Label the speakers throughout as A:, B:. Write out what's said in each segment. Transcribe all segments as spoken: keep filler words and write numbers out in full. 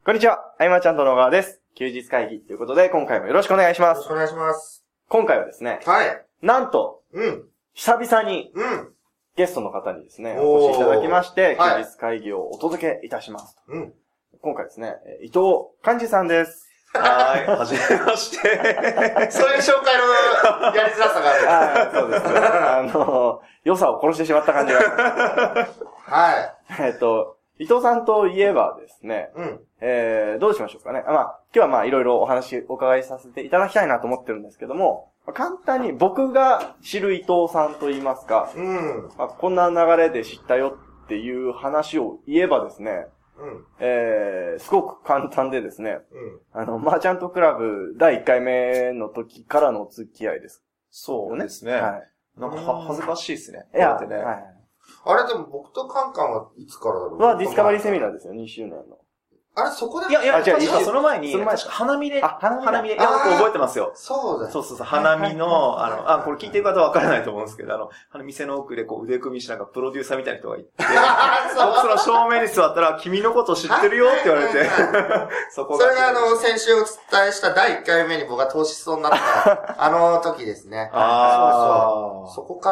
A: こんにちは、あいまちゃんと野川です。休日会議ということで、今回もよろしくお願いします。
B: よろしくお願いします。
A: 今回はですね、
B: はい。
A: なんと、
B: うん。
A: 久々に、
B: うん。
A: ゲストの方にですね、お越しいただきまして、
B: はい、
A: 休日会議をお届けいたします。
B: うん。
A: 今回ですね、伊藤寛治さんです。
C: はい、はじめまして。
B: そういう紹介のやりづらさがある。
A: あそうです。あの、良さを殺してしまった感じが。
B: はい。
A: えっと、伊藤さんといえばですね、
B: うん。
A: えー、どうしましょうかね。まあ、今日はまあ、いろいろお話お伺いさせていただきたいなと思ってるんですけども、簡単に僕が知る伊藤さんと言いますか、
B: うん。
A: まあ、こんな流れで知ったよっていう話を言えばですね、
B: うん。
A: えー、すごく簡単でですね、
B: うん。
A: あの、マーチャントクラブだいいっかいめの時からの付き合いです。
C: そうですね。
A: はい。
C: なんかは恥ずかしいですね。
A: いや、
C: こうやってね。
A: はい。
B: あれでも僕とカンカンはいつからだろう
A: はディスカバリーセミナーですよ、にしゅうねんの。
B: あれそこで
C: いやいや、
A: あ、じゃあ、
C: 確かその前に、
A: その前
C: 確か花見で、
A: あ、花見だ
C: 花見で、いや、僕覚えてますよ。
B: そうだよ。
C: そうそうそう、花見の、あの、あ、これ聞いてる方はわからないと思うんですけど、あの、あの店の奥でこう腕組みしながらプロデューサーみたいな人がいて、僕その正面に座ったら、君のこと知ってるよって言われて、そこが。
B: それがあの、先週お伝えしただいいっかいめに僕が投資しそうになった、あの時ですね。
C: ああ。
B: そうそう。そこから、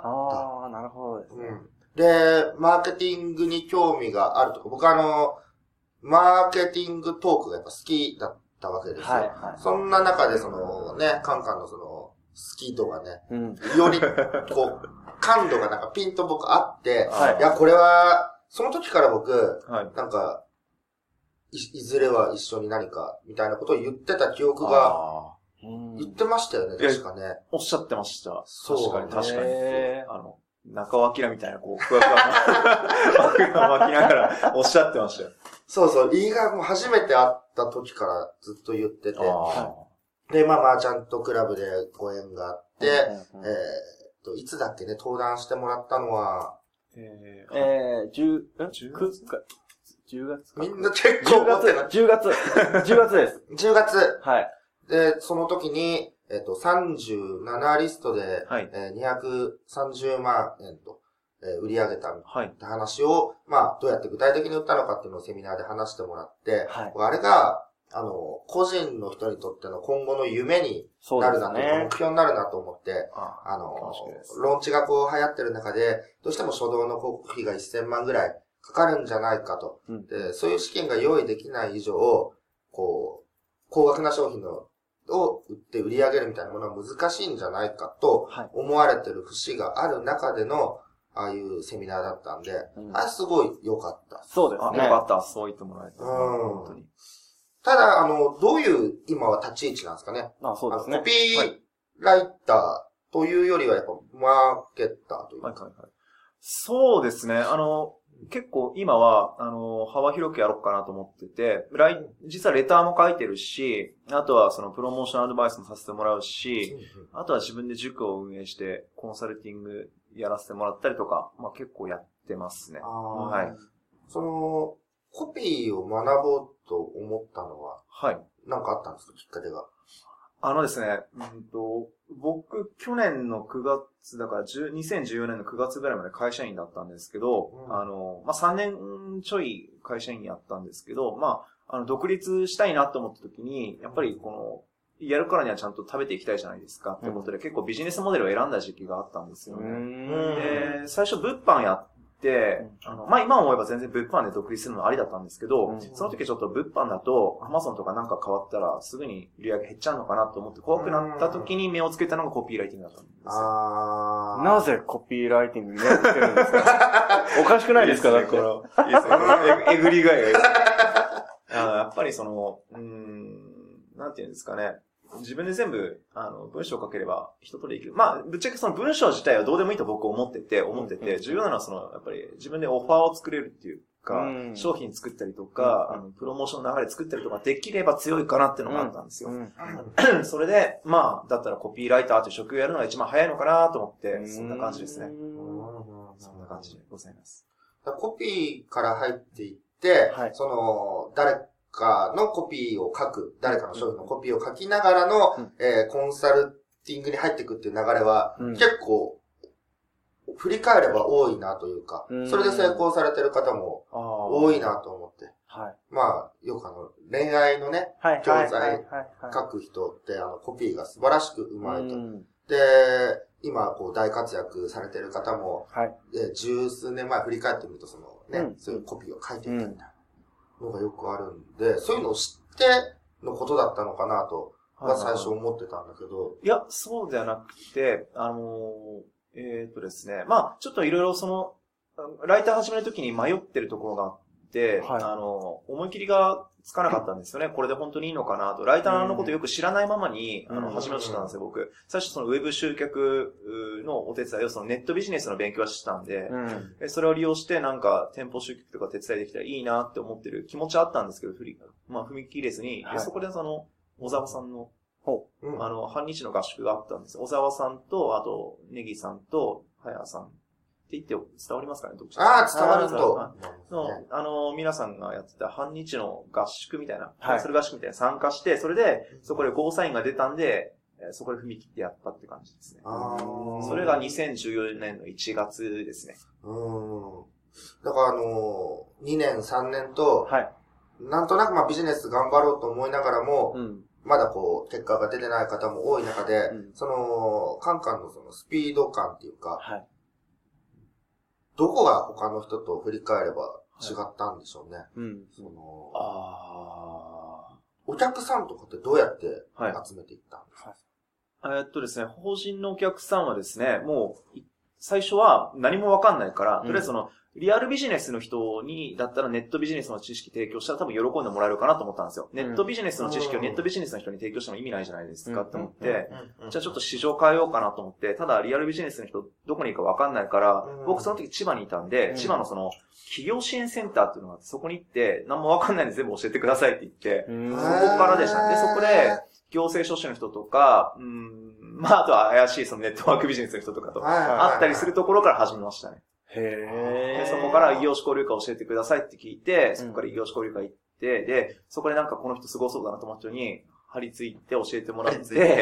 A: ああ、なるほどですね。
B: うん。で、マーケティングに興味があるとか、僕あの、マーケティングトークがやっぱ好きだったわけですよ。はいはい、そんな中でそのね、カンカンのその好き度がね、うん、よりこう、感度がなんかピンと僕あって、はい、いや、これは、その時から僕、はい、なんかい、いずれは一緒に何かみたいなことを言ってた記憶が、言ってましたよね、確かね。
C: おっしゃってました。
B: そう
C: 確かに、確かに。あの中尾明みたいな、こう、ふわふわ巻きながらおっしゃってましたよ。
B: そうそう、いがもう初めて会った時からずっと言ってて。で、まあまあ、ちゃんとクラブでご縁があって、うんうん、えー、っと、いつだっけね、登壇してもらったのは、
A: えー、えー、じゅう、じゅうがつか。じゅうがつか。
B: みんな結構持ってない。
A: じゅうがつ。じゅうがつです。
B: じゅうがつ。
A: はい。
B: で、その時に、えっと、さんじゅうななリストで、はい、えー、にひゃくさんじゅうまんえんと、えー、売り上げたって話を、はい、まあ、どうやって具体的に売ったのかっていうのをセミナーで話してもらって、はい、あれが、あの、個人の人にとっての今後の夢になるなと、ね、目標になるなと思って、あ, あの、ローンチがこう流行ってる中で、どうしても初動の広告費がせんまんぐらいかかるんじゃないかと。うん、でそういう資金が用意できない以上、こう、高額な商品のを売って売り上げるみたいなものは難しいんじゃないかと思われてる節がある中でのああいうセミナーだったんで、うん、あれすごい良かった。
A: そうですね。
C: 良かった。そう言ってもらえた。
B: うん。本当に。ただ、あの、どういう今は立ち位置なんですかね。
A: あ、そうですね。
B: コピーライターというよりはやっぱマーケッターというか。はいはいはい。
C: そうですね。あの、結構今は、あの、幅広くやろうかなと思ってて、実はレターも書いてるし、あとはそのプロモーションアドバイスもさせてもらうし、あとは自分で塾を運営してコンサルティングやらせてもらったりとか、まあ結構やってますね。はい。
B: その、コピーを学ぼうと思ったのは、はい。なんかあったんですか、きっかけが。
C: あのですね、うんと、僕、去年のくがつ、だからにせんじゅうよねんのくがつぐらいまで会社員だったんですけど、うん、あの、まあ、さんねんちょい会社員やったんですけど、まあ、あの、独立したいなと思った時に、やっぱりこの、やるからにはちゃんと食べていきたいじゃないですかってことで、うん、結構ビジネスモデルを選んだ時期があったんですよね。で、最初物販やって、で、あの、まあ、今思えば全然物販で独立するのはありだったんですけど、うん、その時ちょっと物販だと、アマゾンとかなんか変わったらすぐに売り上げ減っちゃうのかなと思って怖くなった時に目をつけたのがコピーライティングだったんですよ。
A: あー。なぜコピーライティングに目をつけるんですかおかしくないですかだって。いいですね。
C: えぐりがいがいいですね。やっぱりその、うーん、なんていうんですかね。自分で全部、あの、文章を書ければ一通りできる。まあ、ぶっちゃけその文章自体はどうでもいいと僕思ってて、思ってて、重要なのはその、やっぱり自分でオファーを作れるっていうか、うん、商品作ったりとか、うん、あの、プロモーションの流れ作ったりとかできれば強いかなっていうのがあったんですよ。うんうん、それで、まあ、だったらコピーライターという職業やるのが一番早いのかなと思って、そんな感じですね。そんな感じでございます。
B: コピーから入っていって、はい、その、誰かのコピーを書く、誰かの商品のコピーを書きながらの、うんえー、コンサルティングに入っていくっていう流れは、うん、結構、振り返れば多いなというか、うん、それで成功されてる方も多いなと思って。
A: はい。
B: まあ、よくあの、恋愛のね、
A: はい、
B: 教材書く人って、あの、コピーが素晴らしく上手いと。で、今、こう、大活躍されてる方も、はい。で、十数年前振り返ってみると、そのね、うん、そういうコピーを書いていたみたいなのがよくあるんで、そういうのを知ってのことだったのかなと、は最初思ってたんだけど。
C: いや、そうではなくて、あのー、えー、っとですね、まあちょっといろいろその、ライター始めるときに迷ってるところがあって、はい、あの、思い切りがつかなかったんですよね。これで本当にいいのかなと。ライターのことよく知らないままに、あの、始めようとしたんですよ、僕。最初そのウェブ集客のお手伝いを、そのネットビジネスの勉強はしたんで、うん、それを利用してなんか店舗集客とか手伝いできたらいいなって思ってる気持ちはあったんですけど、振り、まあ踏み切れずに、はい、でそこでその、小沢さんの、うん、あの、半日の合宿があったんです。小沢さんと、あと、ネギさんと、はやさんって言って伝わりますかね、読者。
B: ああ、伝わると。
C: の、あの、皆さんがやってた半日の合宿みたいな、はい、それ合宿みたいな参加して、それで、そこでゴーサインが出たんで、そこで踏み切ってやったって感じですね。あそれがにせんじゅうよねんのいちがつですね。
B: うん。だからあのー、にねんさんねんと、はい、なんとなくまあビジネス頑張ろうと思いながらも、うん、まだこう、結果が出てない方も多い中で、うん、その、カンカンのそのスピード感っていうか、はい、どこが他の人と振り返れば違ったんでしょうね。はい、うん、そのあお客さんとかってどうやって集めていったんですか？
C: はい、えっとですね、法人のお客さんはですね、もう、最初は何もわかんないから、とりあえずその、リアルビジネスの人に、だったらネットビジネスの知識提供したら多分喜んでもらえるかなと思ったんですよ。ネットビジネスの知識をネットビジネスの人に提供しても意味ないじゃないですかと思って、じゃあちょっと市場変えようかなと思って、ただリアルビジネスの人どこにいるかわかんないから、僕その時千葉にいたんで、千葉のその企業支援センターっていうのがあって、そこに行って、何もわかんないんで全部教えてくださいって言って、そこからでしたね。で、そこで、行政書士の人とか、うん、まああとは怪しいそのネットワークビジネスの人とかと会ったりするところから始めましたね。へー。で、そこから異業種交流会教えてくださいって聞いて、そこから異業種交流会行って、で、そこでなんかこの人すごそうだなと思った人に、張り付いて教えてもらって、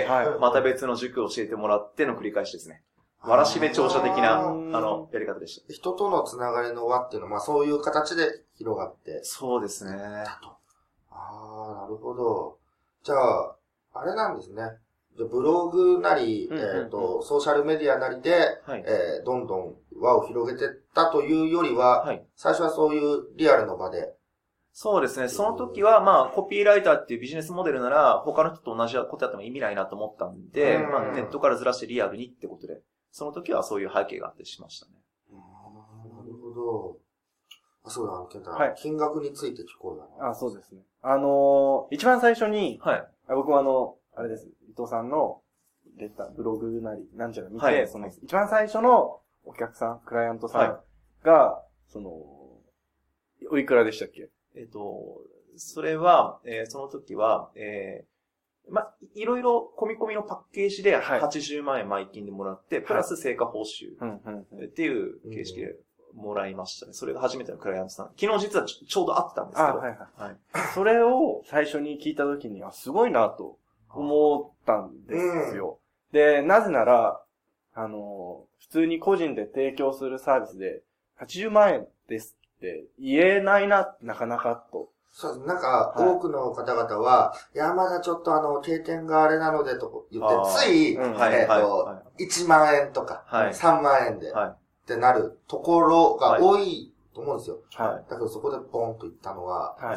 C: はい、また別の塾教えてもらっての繰り返しですね。わらしべ長者的な、あの、やり方でした。
B: 人とのつながりの輪っていうのは、まあそういう形で広がって。
C: そうですね。
B: ああ、なるほど。じゃあ、あれなんですね。ブログなり、うんうんうん、えっと、ソーシャルメディアなりで、はい、えー、どんどん輪を広げてったというよりは、はい、最初はそういうリアルの場で。
C: そうですね。その時は、まあ、コピーライターっていうビジネスモデルなら、他の人と同じことやっても意味ないなと思ったんで、うんまあ、ネットからずらしてリアルにってことで、その時はそういう背景があってしましたね。
B: なるほど。あ、そうだ、あの、ケンタ、はい、金額について聞こうだ
A: な。あ、そうですね。あのー、一番最初に、はい、僕はあの、あれです。伊藤さんの出たブログなり、なんちゃら見て、はい、その、一番最初のお客さん、クライアントさんが、はい、その、おいくらでしたっけ？
C: えっと、それは、えー、その時は、えー、ま、いろいろ込み込みのパッケージではちじゅうまんえん前金でもらって、はい、プラス成果報酬っていう形式でもらいましたね。それが初めてのクライアントさん。昨日実はちょうど会ってたんですけど。はいはいはい。
A: それを最初に聞いた時に、あ、すごいなと。思ったんですよ。うん、で、なぜなら、あの、普通に個人で提供するサービスで、はちじゅうまんえんですって言えないな、なかなかと。
B: そう、なんか、はい、多くの方々は、いや、まだちょっとあの、経験があれなので、と言って、つい、うん、えっ、ー、と、はい、いちまんえんとか、はい、さんまんえんで、はい、ってなるところが多いと思うんですよ。はい、だけどそこでポンと言ったのは、はい、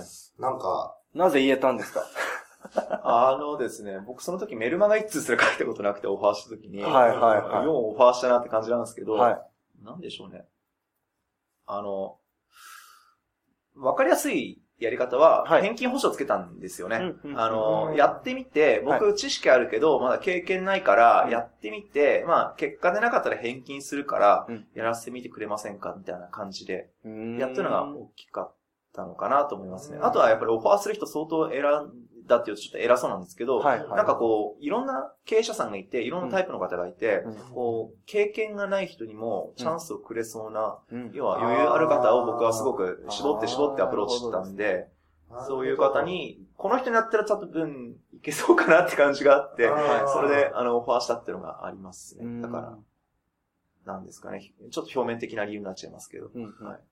B: なんか、
A: なぜ言えたんですか？
C: あのですね、僕その時メルマガ一通すら書いたことなくてオファーした時に、はいはいはい。よんオファーしたなって感じなんですけど、はい。なんでしょうね。あの、わかりやすいやり方は、返金保証つけたんですよね。はい、あの、やってみて、僕知識あるけど、まだ経験ないから、やってみて、まあ、結果でなかったら返金するから、やらせてみてくれませんかみたいな感じで、やったのが大きかったのかなと思いますね。あとはやっぱりオファーする人相当選んだっていうとちょっと偉そうなんですけど、はいはい、なんかこう、いろんな経営者さんがいて、いろんなタイプの方がいて、うん、こう、経験がない人にもチャンスをくれそうな、うん、要は余裕ある方を僕はすごく絞って絞ってアプローチしてたんで、そういう方に、この人になったらちょっと分いけそうかなって感じがあって、それであのオファーしたっていうのがありますね。だから、なんですかね。ちょっと表面的な理由になっちゃいますけど。うんはい、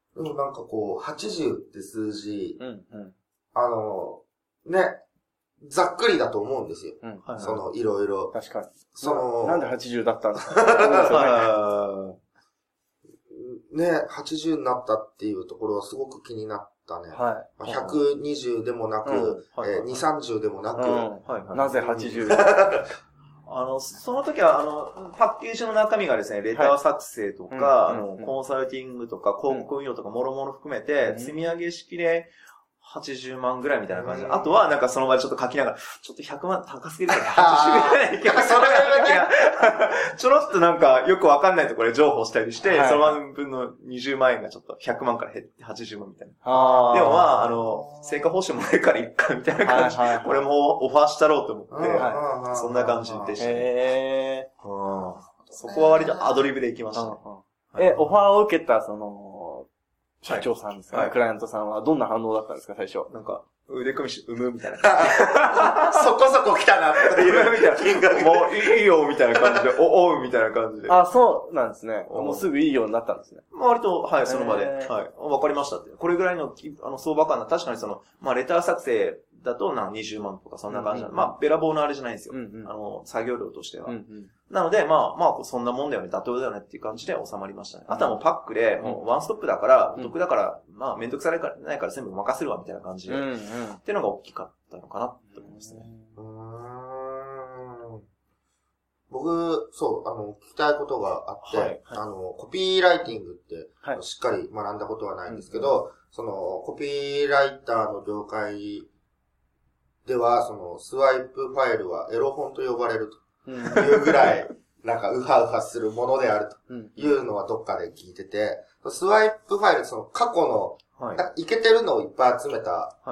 B: でもなんかこう、はちじゅうって数字、
A: うんうん、
B: あの、ね、ざっくりだと思うんですよ。
A: うんはいはい、
B: その、いろいろ。
A: 確かに。
B: その、
A: なんではちじゅうだったんですか
B: ね、はちじゅうになったっていうところはすごく気になったね。
A: はい。
B: ひゃくにじゅうでもなく、うんはいはい、えー、にじゅう、さんじゅうでもなく、うんはい
A: はい、なぜはちじゅう
C: あの、その時は、あの、パッケージの中身がですね、レター作成とか、はい、あの、うん、コンサルティングとか、広告運用とか、もろもろ含めて、積み上げ式で、はちじゅうまんぐらいみたいな感じで。あとは、なんかその場でちょっと書きながら、ちょっとひゃくまん高すぎるからはちじゅうぐらいいけない。それがちょろっとなんかよくわかんないところで情報したりして、はい、その分のにじゅうまん円がちょっとひゃくまんから減ってはちじゅうまんみたいな。でもまあ、あの、成果報酬もらえるからいっかみたいな感じで、はいはいはい、俺もオファーしたろうと思って、はい、そんな感じでしたね。へー、うん。そこは割とアドリブで行きましたね。
A: え、オファーを受けた、その、社長さんですかね、はい、クライアントさんはどんな反応だったんですか、最初。
C: なんか、腕組みし、産むみたいな。
B: そこそこ来たなっていう。
C: みたいな。もういいよ、みたいな感じで、お、おう、みたいな感じで。
A: あ、そうなんですね。もうすぐいいようになったんですね。
C: まあ、割と、はい、その場で。はい。わかりましたって。これぐらいの、あの、相場感な、確かにその、まあ、レター作成だと、なんにじゅうまんとか、そんな感じな、うんうん、まあ、べらぼうのあれじゃないんですよ。うんうん、あの、作業量としては。うんうん、なので、まあ、まあ、そんなもんだよね、妥当だよねっていう感じで収まりましたね。あとはもうパックで、もうワンストップだから、お得だから、まあ、めんどくさいからないから全部任せるわ、みたいな感じで。うんうん、っていうのが大きかったのかなと思いますね。うーん
B: 僕、そう、あの、聞きたいことがあって、はいはい、あの、コピーライティングって、はい、しっかり学んだことはないんですけど、うん、その、コピーライターの業界では、その、スワイプファイルはエロ本と呼ばれるというぐらい、なんか、ウハウハするものであるというのはどっかで聞いてて、スワイプファイル、その、過去の、はい、なんかイケてるのをいっぱい集めた、はい、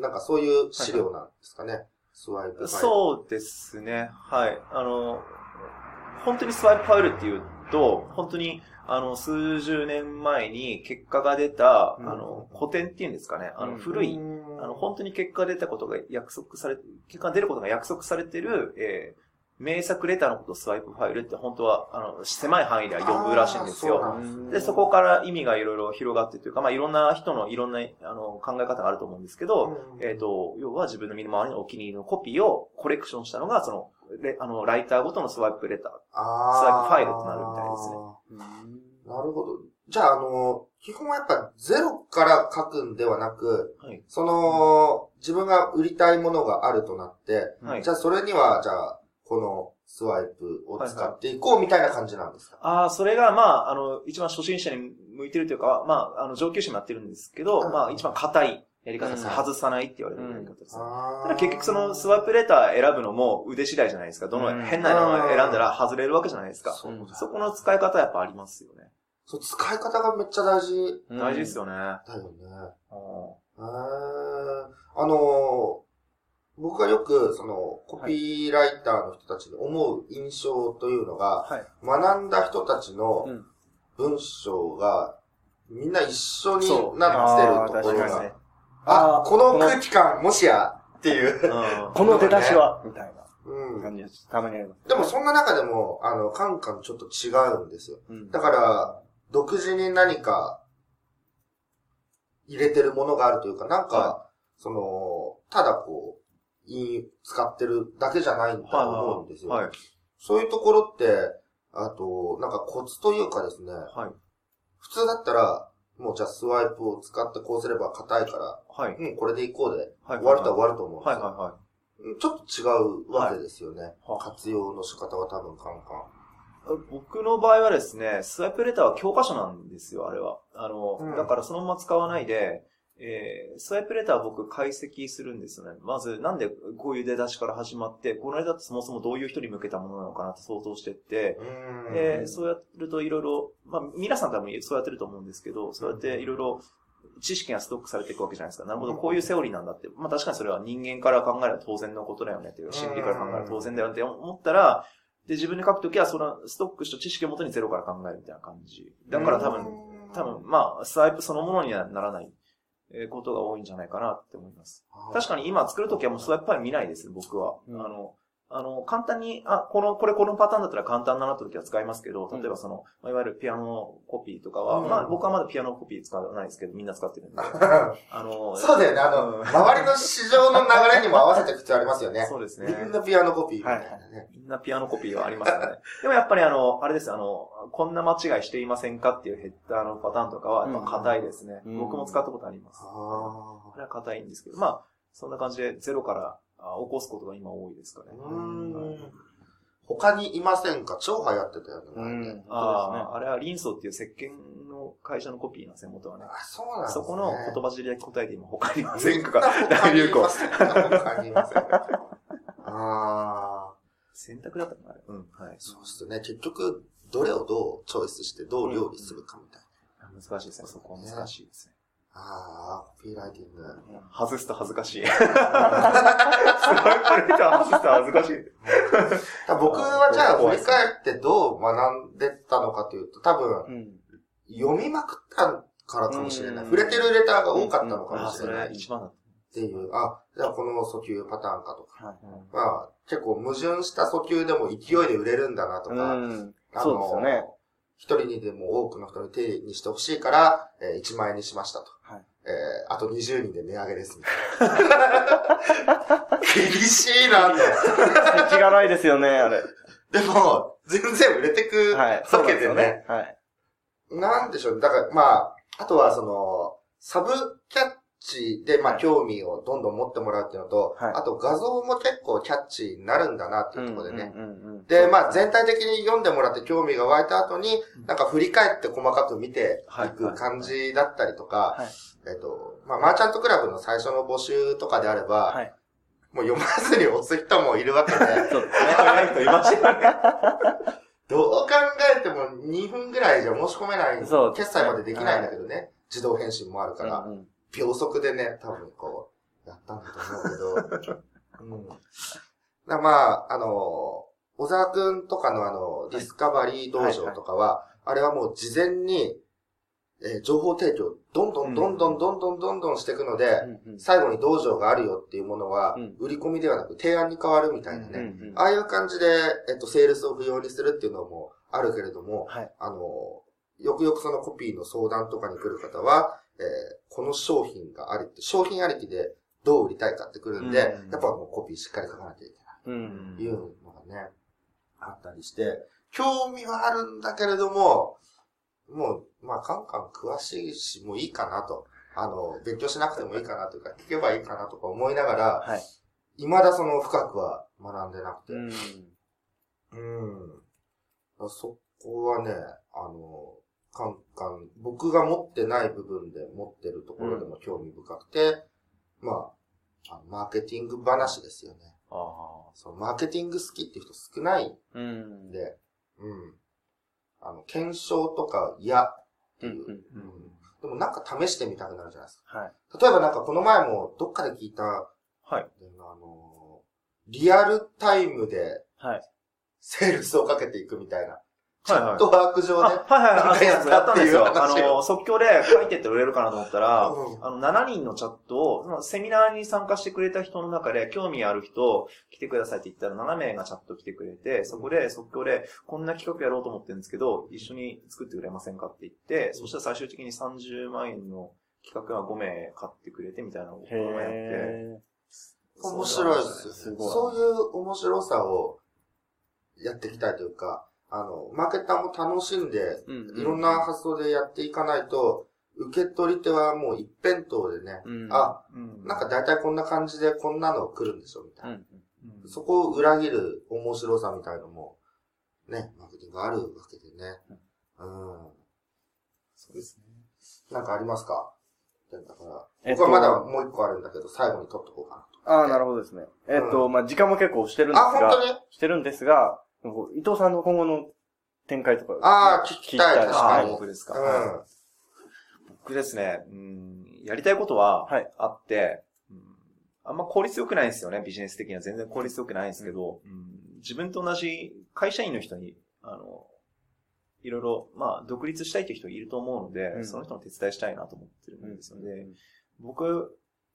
B: なんかそういう資料なんですかね、はいはい、スワイプファイル。
C: そうですね。はい。あの、本当にスワイプファイルっていうと、本当に、あの、数十年前に結果が出た、うん、あの、古典っていうんですかね。あの、古い、うん、あの、本当に結果が出たことが約束され、結果が出ることが約束されてる、えー、名作レターのことをスワイプファイルって本当は、あの、狭い範囲では呼ぶらしいんですよ。で、そこから意味がいろいろ広がってというか、まあ、いろんな人のいろんな、あの、考え方があると思うんですけど、うん、えっと、要は自分の身の回りのお気に入りのコピーをコレクションしたのが、その、レあの、ライターごとのスワイプレター、スワイプファイルとなるみたいですね。
B: うん、なるほど。じゃあ、あの、基本はやっぱゼロから書くんではなく、はい、その、自分が売りたいものがあるとなって、はい、じゃあそれには、じゃあ、このスワイプを使っていこうみたいな感じなんですか？
C: はいはい、ああ、それが、まあ、あの、一番初心者に向いてるというか、まあ、あの、上級者もやってるんですけど、うん、まあ、一番硬いやり方です、うん。外さないって言われるやり方です、ね。うん、ただ結局そのスワイプレター選ぶのも腕次第じゃないですか。どの変なのを選んだら外れるわけじゃないですか。うん、そこの使い方はやっぱありますよね。
B: そう、使い方がめっちゃ大事。
C: 大事ですよね。
B: だよね。うん、あのー、僕がよく、その、コピーライターの人たちに思う印象というのが、はい、学んだ人たちの文章が、みんな一緒になってるところが、ね、あ, あ、この空気感、もしや、っていう。
A: この出だしは、みたいな感じです。たまにあります。
B: でもそんな中でも、あの、カンカンちょっと違うんですよ。うん、だから、独自に何か入れてるものがあるというか、なんか、はい、その、ただこう、使ってるだけじゃないんだと思うんですよ。はいはい、そういうところって、あと、なんかコツというかですね、はい、普通だったら、もうじゃあスワイプを使ってこうすれば硬いから、はい、うん、これでいこうで、はい、終わるとは終わると思うんですよ。はいはいはい、ちょっと違うわけですよね。はい、活用の仕方は多分カンカン。
C: 僕の場合はですね、スワイプレターは教科書なんですよ、あれは。あの、うん、だからそのまま使わないで、えー、スワイプレターは僕解析するんですよね。まず、なんでこういう出だしから始まって、この間ってそもそもどういう人に向けたものなのかなって想像してって、えー、そうやるといろいろ、まあ、皆さん多分そうやってると思うんですけど、そうやっていろいろ知識がストックされていくわけじゃないですか。なるほど、こういうセオリーなんだって。まあ確かにそれは人間から考えれば当然のことだよねっていう、心理から考えれば当然だよねって思ったら、で、自分で書くときはそのストックした知識をもとにゼロから考えるみたいな感じ。だから多分、多分、まあ、スワイプそのものにはならない。えー、ことが多いんじゃないかなって思います。確かに今作るときはもうスワイプファイル見ないです、僕は。うん、あの、 あの、簡単に、あ、この、これこのパターンだったら簡単だなという時は使いますけど、例えばその、うん、いわゆるピアノコピーとかは、うん、まあ僕はまだピアノコピー使わないですけど、みんな使ってるんで。あの、
B: そうだよね、あの、うん、周りの市場の流れにも合わせていく必要ありますよね。
C: そうですね。
B: みんなピアノコピーみたいなね。はい、
C: みんなピアノコピーはありますよね。でもやっぱりあの、あれですあの、こんな間違いしていませんかっていうヘッダーのパターンとかは、やっぱ硬いですね。うん、僕も使ったことあります。ああれは硬いんですけど、まあ、そんな感じでゼロから起こすことが今多いですかね。
B: うん、他にいませんか？超流行ってたよね。うん、
C: ああ、あれはリンソーっていう石鹸の会社のコピーなんですね、元はね。
B: あ、そうなんですね。
C: そこの言葉尻で答えて今他にいませんかが
B: 大流行。他にいませんか。ああ。
C: 選択だったかな、うん、はい。
B: そうするとね、結局、どれをどうチョイスしてどう料理するかみたい
C: な。うん、難しいですね、そこは難しいですね。
B: ああ、コピーライティング。
C: 外すと恥ずかしい。すごいこれじゃ外すと恥ずかしい。
B: 僕はじゃあ振り返ってどう学んでったのかというと、多分、うん、読みまくったからかもしれない。触れてるレターが多かったのかもしれない。
C: うんうん、一番だ
B: っていう、あ、じゃあこの訴求パターンかとか。はいはい、まあ、結構矛盾した訴求でも勢いで売れるんだなとか。うん、
A: あのそうですよね。
B: 一人にでも多くの人に手にしてほしいから、えー、いちまんえんにしましたと。はい、えー、あとにじゅうにんで値上げですみたいな。厳しいなと。
A: 気がないですよね、あれ。
B: でも、全然売れてくわけでね。はい、ねはい、なんでしょう、だからまあ、あとはその、サブキャッチで、まあ、興味をどんどん持ってもらうっていうのと、はい、あと画像も結構キャッチになるんだなっていうところでね。で、まあ、全体的に読んでもらって興味が湧いた後に、なんか振り返って細かく見ていく感じだったりとか、えっと、まあ、マーチャントクラブの最初の募集とかであれば、はい、もう読まずに押す人もいるわけで、そうですね。早い人いましたね。どう考えてもにふんぐらいじゃ申し込めない、ね、決済までできないんだけどね、はい、自動返信もあるから。うんうん秒速でね、多分こう、やったんだと思うけど。うん。だまあ、あの、小沢くんとかのあの、ディスカバリー道場とかは、はいはいはい、あれはもう事前に、えー、情報提供、どんどんどんどんどんどんどんどんしていくので、うんうん、最後に道場があるよっていうものは、うん、売り込みではなく提案に変わるみたいなね。うんうんうん、ああいう感じで、えっと、セールスを不要にするっていうのもあるけれども、はい、あの、よくよくそのコピーの相談とかに来る方は、えー、この商品がありって、商品ありきでどう売りたいかってくるんで、うん、やっぱもうコピーしっかり書かなきゃいけない。うん、いうのがね、あったりして、興味はあるんだけれども、もう、まあ、カンカン詳しいし、もういいかなと。あの、勉強しなくてもいいかなというか、聞けばいいかなとか思いながら、はい、未だその深くは学んでなくて。うん。うん。そこはね、あの、カンカン、僕が持ってない部分で持ってるところでも興味深くて、うん、まあ、あのマーケティング話ですよね。ああ。そのマーケティング好きっていう人少ないんで、うん。うん、あの、検証とか嫌っていう、うんうんうん。でもなんか試してみたくなるじゃないですか。はい。例えばなんかこの前もどっかで聞いた、はい。あの、リアルタイムで、はい。セールスをかけていくみたいな。チャットワーク上で。はいはい。なんかや
C: ったんですよ。あの、即興で書いてって売れるかなと思ったら、うん、あの、しちにんのチャットを、そのセミナーに参加してくれた人の中で、興味ある人、来てくださいって言ったらななめいがチャット来てくれて、そこで即興で、こんな企画やろうと思ってるんですけど、一緒に作ってくれませんかって言って、そしたら最終的にさんじゅうまんえんの企画がごめい買ってくれてみたいなのをこの前やって。
B: 面白いです。すごい。そういう面白さをやっていきたいというか、あの、マーケターも楽しんで、うんうん、いろんな発想でやっていかないと、受け取り手はもう一辺倒でね、うん、あ、うん、なんか大体こんな感じでこんなの来るんでしょ、みたいな、うんうん。そこを裏切る面白さみたいのも、ね、マーケティングあるわけでね。うん。うん、そうですね。なんかありますか？だから、僕はまだもう一個あるんだけど、最後に取っとこうかなと。
A: ああ、なるほどですね。えっと、うん、まあ、時間も結構してるんですが、あ、本当に？してるんですが、伊藤さんの今後の展開とか。
B: ああ、聞きたい、確かに。
C: 僕ですか。うん、僕ですね、うん、やりたいことはあって、はいうん、あんま効率良くないんですよね、ビジネス的には全然効率良くないんですけど、うん、自分と同じ会社員の人に、あの、いろいろ、まあ、独立したいという人いると思うので、うん、その人の手伝いしたいなと思ってるんですよね。うん、僕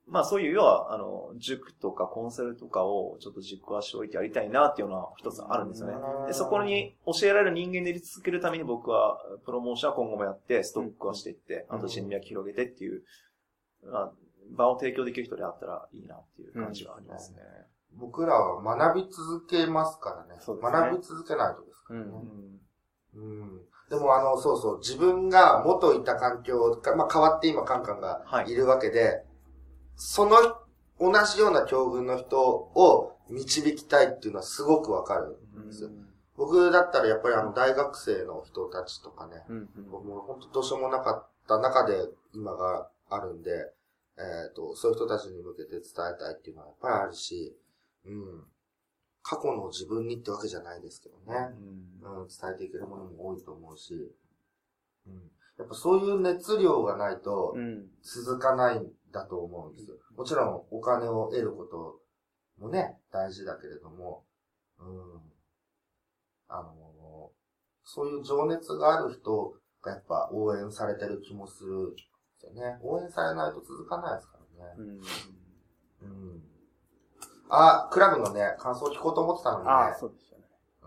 C: まあそういう要は、あの、塾とかコンサルとかをちょっと軸足を置いてやりたいなっていうのは一つあるんですよね。で、そこに教えられる人間でい続けるために僕は、プロモーションは今後もやって、ストックはしていって、あと人脈広げてっていう、まあ、場を提供できる人であったらいいなっていう感じはありますね。
B: うん、僕らは学び続けますからね。そうですね。学び続けないとですからね。うん。うん、でもあの、そうそう、自分が元いた環境が、まあ変わって今カンカンがいるわけで、はい、その同じような境遇の人を導きたいっていうのはすごくわかるんですよ。うん、僕だったらやっぱりあの大学生の人たちとかね、うんうん、もう本当どうしようもなかった中で今があるんで、えっと、そういう人たちに向けて伝えたいっていうのはやっぱりあるし、うん。過去の自分にってわけじゃないですけどね。うんうん、伝えていけるものも多いと思うし、うん、やっぱそういう熱量がないと続かないんだと思うんですよ。もちろんお金を得ることもね、大事だけれども、うん、あの、そういう情熱がある人がやっぱ応援されてる気もするんですよね。応援されないと続かないですからね。うんうん、あ、クラブのね、感想を聞こうと思ってたのにね。
A: ああ、そうでしたね。うん、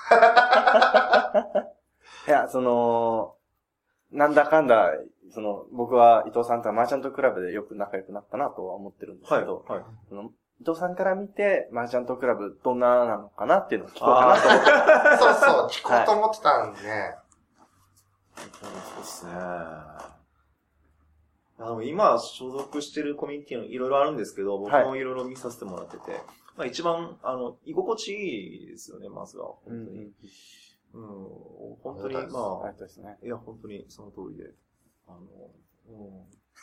A: いや、その、なんだかんだ、その、僕は伊藤さんとはマーチャントクラブでよく仲良くなったなとは思ってるんですけど、はいはい、その伊藤さんから見て、マーチャントクラブどんななのかなっていうのを聞こうかなと思って。
B: そうそう、聞こうと思ってたんでね。はい、
C: そうですね。あの今所属してるコミュニティのいろいろあるんですけど、僕もいろいろ見させてもらってて、はい、まあ一番、あの、居心地いいですよね、まずは。本当に。うん、うん、本当に、まあ、あですね、いや、本当にその通りで。あの、うん。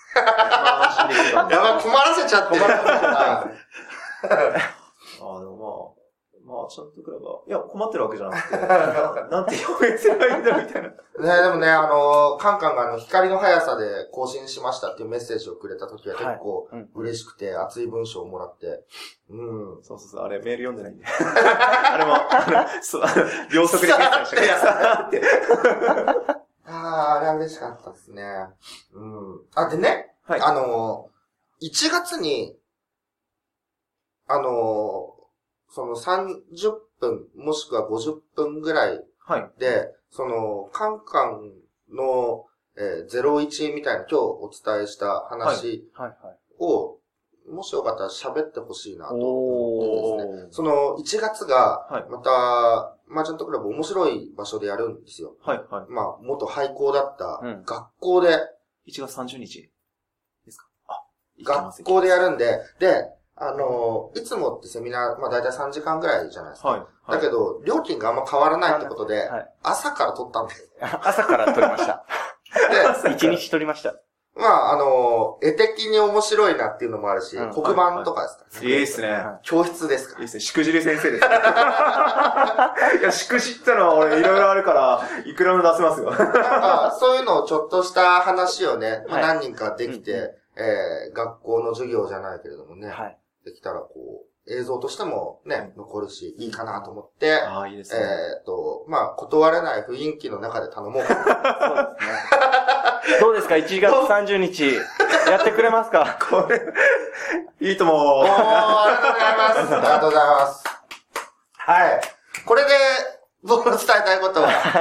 B: やばい、困らせちゃってる。
C: ああ、でもまあ、まあ、ちゃんとクラブは、いや、困ってるわけじゃなくて、な, なんて表現すればいいんだみたいな。ね、
B: でもね、あの、カンカンがあの、光の速さで更新しましたっていうメッセージをくれた時は結構嬉しくて、熱い文章をもらって、うん。
C: そうそうそう、あれメール読んでないんで。あれも、あの、そう、あの、秒速で決済してくださいって。
B: ああ、あれは嬉しかったですね。うん。あ、でね、はい、あの、いちがつに、あの、そのさんじゅっぷん、もしくはごじゅっぷんぐらいで、はい、その、カンカンの、えー、ゼロイチみたいな今日お伝えした話を、はいはいはい、もしよかったら喋ってほしいなと思ってですね。そのいちがつが、また、はい、マーチャントクラブ面白い場所でやるんですよ。はいはい。まあ、元廃校だった学校で、うん、
C: いちがつさんじゅうにちですか？
B: あ、学校でやるんで、で、あのー、いつもってセミナー、まあ大体さんじかんぐらいじゃないですか。はいはい、だけど、料金があんま変わらないってことで、はい、朝から取ったんです。
A: 朝から取りました。で、一日取りました。
B: まあ、あのー、絵的に面白いなっていうのもあるし、うん、黒板とかですか、
C: はいはい、いいですね。
B: 教室ですか。
C: いいですね。しくじり先生です、ね。いや、しくじったのは俺いろいろあるから、いくらも出せますよ。
B: なんか、そういうのをちょっとした話をね、まあ、何人かできて、はい、えー、学校の授業じゃないけれどもね、はい、できたらこう、映像としてもね、残るし、いいかなと思って、
C: ああ、いいですね。
B: えっと、まあ、断れない雰囲気の中で頼もうかな。
A: そうですね。どうですか ?いちがつさんじゅうにち、やってくれますか？
C: これ、いいとも。
B: おー、ありがとうございます。ありがとうございます。はい。これで、僕の伝えたいことは、はい。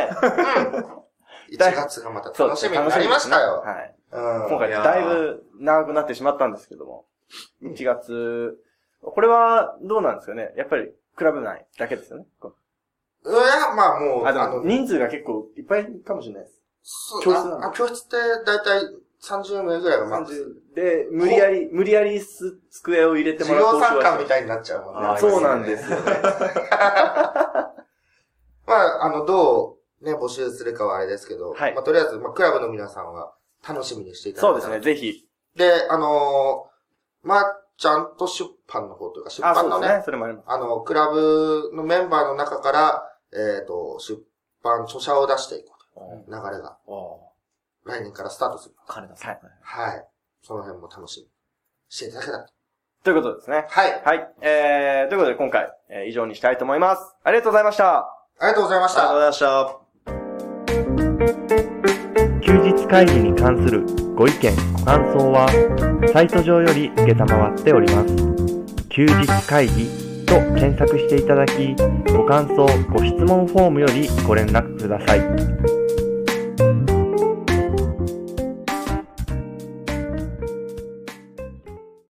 B: うん。いちがつがまた楽しみになりましたよ。
A: はい。うん、今回だいぶ長くなってしまったんですけども、いちがつ、これはどうなんですかね？やっぱりクラブ内だけですよね。
B: いや、まあもう、
A: あ、でも人数が結構いっぱいかもしれないです。
B: 教室なの？教室ってだいたいさんじゅうめいぐらいがマックス。
A: で、無理やり、無理やり机を入れてもらうと。
B: 授業参観みたいになっちゃうもんね。
A: そうなんですよね。
B: まあ、あの、どうね、募集するかはあれですけど、はい、まあとりあえず、まあクラブの皆さんは楽しみにしていただいて。
A: そうですね、ぜひ。
B: で、あのー、まあ、ちゃんと出版の方というか、出版のね、あ、
A: それもあります。
B: あの、クラブのメンバーの中から、えっと、出版、著者を出していこうという流れが、来年からスタートする。
C: 金田さん。
B: はい。その辺も楽しみにしていただけたらと。
A: ということですね。
B: はい。
A: はい。えー、ということで今回、えー、以上にしたいと思います。ありがとうございました。
B: ありがとうございました。
C: ありがとうございました。
A: 休日会議に関するご意見、ご感想は、サイト上より受けたまわっております。休日会議と検索していただき、ご感想、ご質問フォームよりご連絡ください。